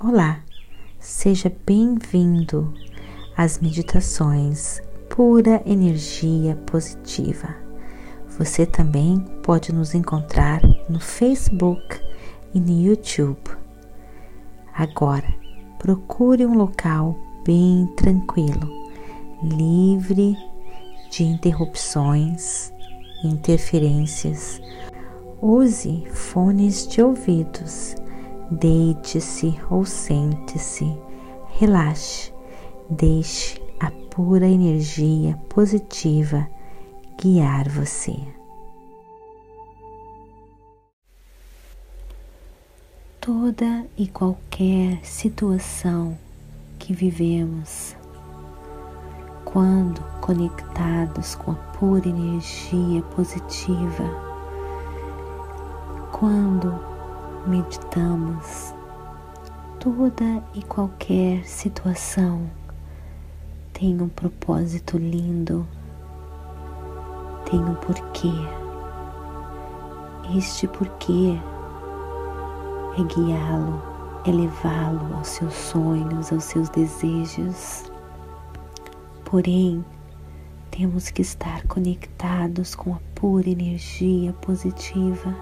Olá, seja bem-vindo às meditações Pura Energia Positiva. Você também pode nos encontrar no Facebook e no YouTube. Agora, procure um local bem tranquilo, livre de interrupções e interferências. Use fones de ouvidos. Deite-se ou sente-se, relaxe, deixe a pura energia positiva guiar você. Toda e qualquer situação que vivemos, quando conectados com a pura energia positiva, quando meditamos, toda e qualquer situação tem um propósito lindo, tem um porquê. Este porquê é guiá-lo, é levá-lo aos seus sonhos, aos seus desejos. Porém, temos que estar conectados com a pura energia positiva.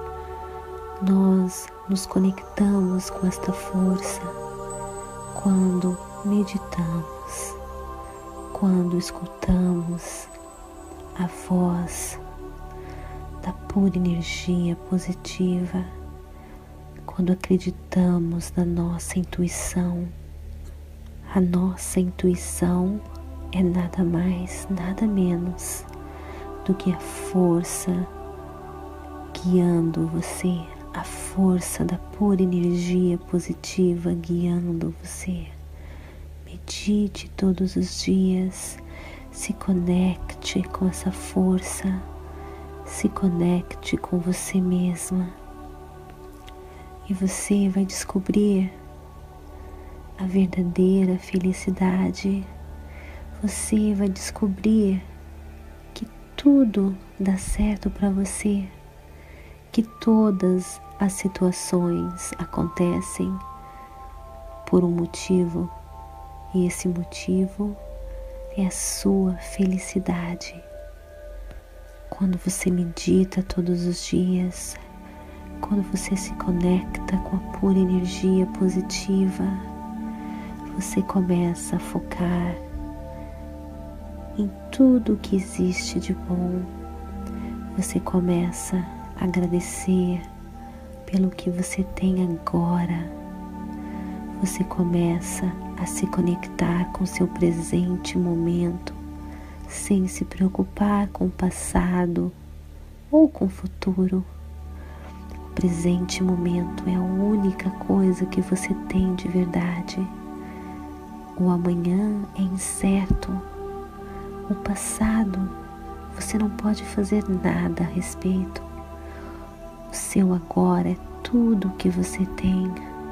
Nós nos conectamos com esta força quando meditamos, quando escutamos a voz da pura energia positiva, quando acreditamos na nossa intuição. A nossa intuição é nada mais, nada menos do que a força guiando você, a força da pura energia positiva guiando você. Medite todos os dias, se conecte com essa força, se conecte com você mesma e você vai descobrir a verdadeira felicidade. Você vai descobrir que tudo dá certo para você, que todas as situações acontecem por um motivo, e esse motivo é a sua felicidade. Quando você medita todos os dias, quando você se conecta com a pura energia positiva, você começa a focar em tudo que existe de bom. Você começa a agradecer pelo que você tem agora. Você começa a se conectar com seu presente momento, sem se preocupar com o passado ou com o futuro. O presente momento é a única coisa que você tem de verdade. O amanhã é incerto. O passado, você não pode fazer nada a respeito. O seu agora é tudo o que você tem.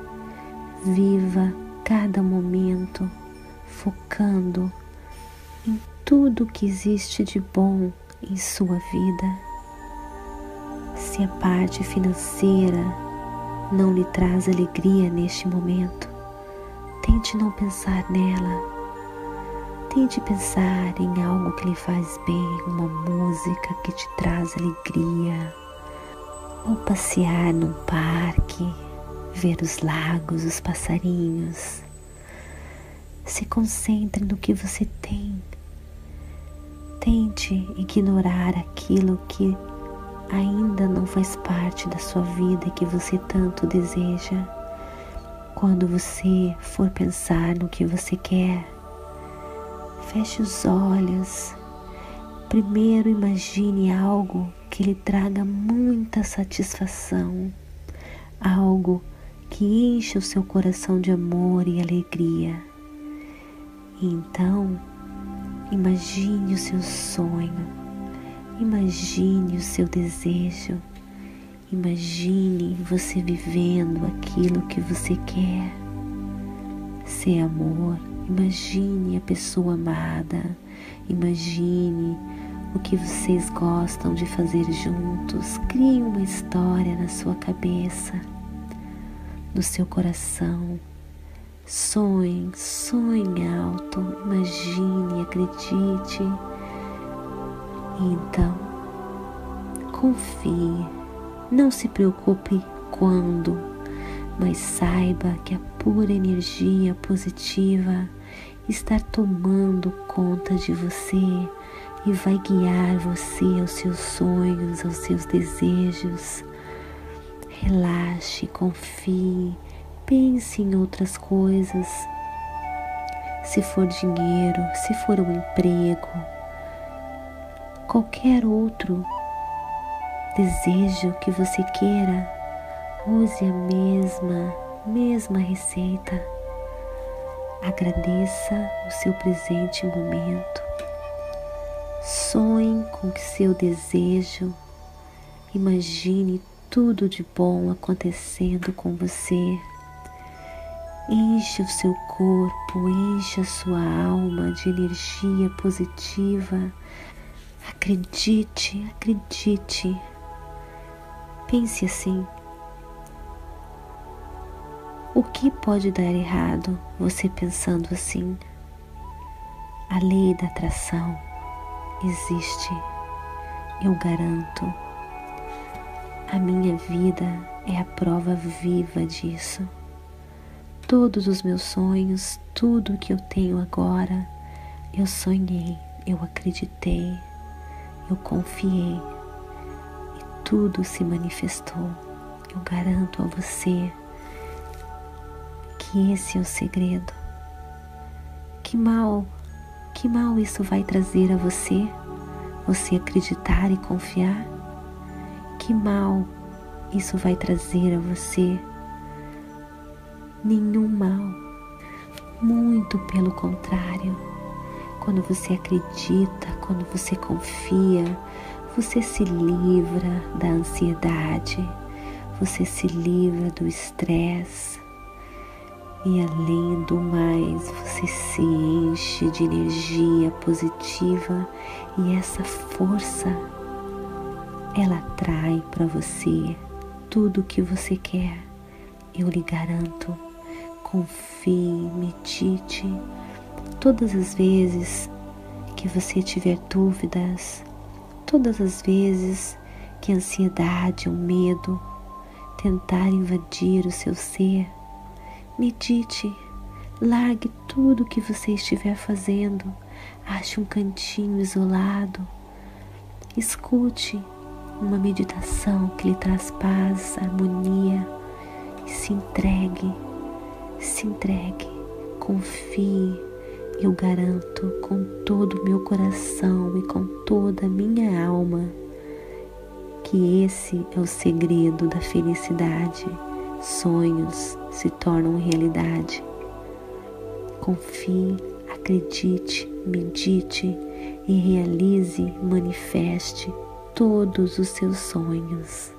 Viva cada momento focando em tudo que existe de bom em sua vida. Se a parte financeira não lhe traz alegria neste momento, tente não pensar nela. Tente pensar em algo que lhe faz bem, uma música que te traz alegria, ou passear num parque, ver os lagos, os passarinhos. Se concentre no que você tem. Tente ignorar aquilo que ainda não faz parte da sua vida e que você tanto deseja. Quando você for pensar no que você quer, feche os olhos. Primeiro imagine algo que lhe traga muita satisfação, algo que encha o seu coração de amor e alegria. E então, imagine o seu sonho, imagine o seu desejo, imagine você vivendo aquilo que você quer. Ser amor, imagine a pessoa amada, imagine o que vocês gostam de fazer juntos. Crie uma história na sua cabeça, no seu coração. Sonhe, sonhe alto, imagine, acredite. E então, confie, não se preocupe quando, mas saiba que a pura energia positiva está tomando conta de você e vai guiar você aos seus sonhos, aos seus desejos. Relaxe, confie, pense em outras coisas. Se for dinheiro, se for um emprego, qualquer outro desejo que você queira, use a mesma receita. Agradeça o seu presente momento. Sonhe com o seu desejo. Imagine tudo de bom acontecendo com você. Encha o seu corpo, encha a sua alma de energia positiva. Acredite, acredite. Pense assim: o que pode dar errado você pensando assim? A lei da atração existe, eu garanto. A minha vida é a prova viva disso. Todos os meus sonhos, tudo que eu tenho agora, eu sonhei, eu acreditei, eu confiei e tudo se manifestou. Eu garanto a você que esse é o segredo. Que mal isso vai trazer a você? Você acreditar e confiar? Que mal isso vai trazer a você? Nenhum mal, muito pelo contrário. Quando você acredita, quando você confia, você se livra da ansiedade, você se livra do estresse e, além do mais, você se enche de energia positiva e essa força, ela atrai para você tudo o que você quer. Eu lhe garanto. Confie, medite. Todas as vezes que você tiver dúvidas, todas as vezes que a ansiedade ou medo tentar invadir o seu ser, medite, largue tudo que você estiver fazendo, ache um cantinho isolado, escute uma meditação que lhe traz paz, harmonia e se entregue, confie. Eu garanto com todo o meu coração e com toda a minha alma que esse é o segredo da felicidade. Sonhos se tornam realidade. Confie, acredite, medite e realize, manifeste todos os seus sonhos.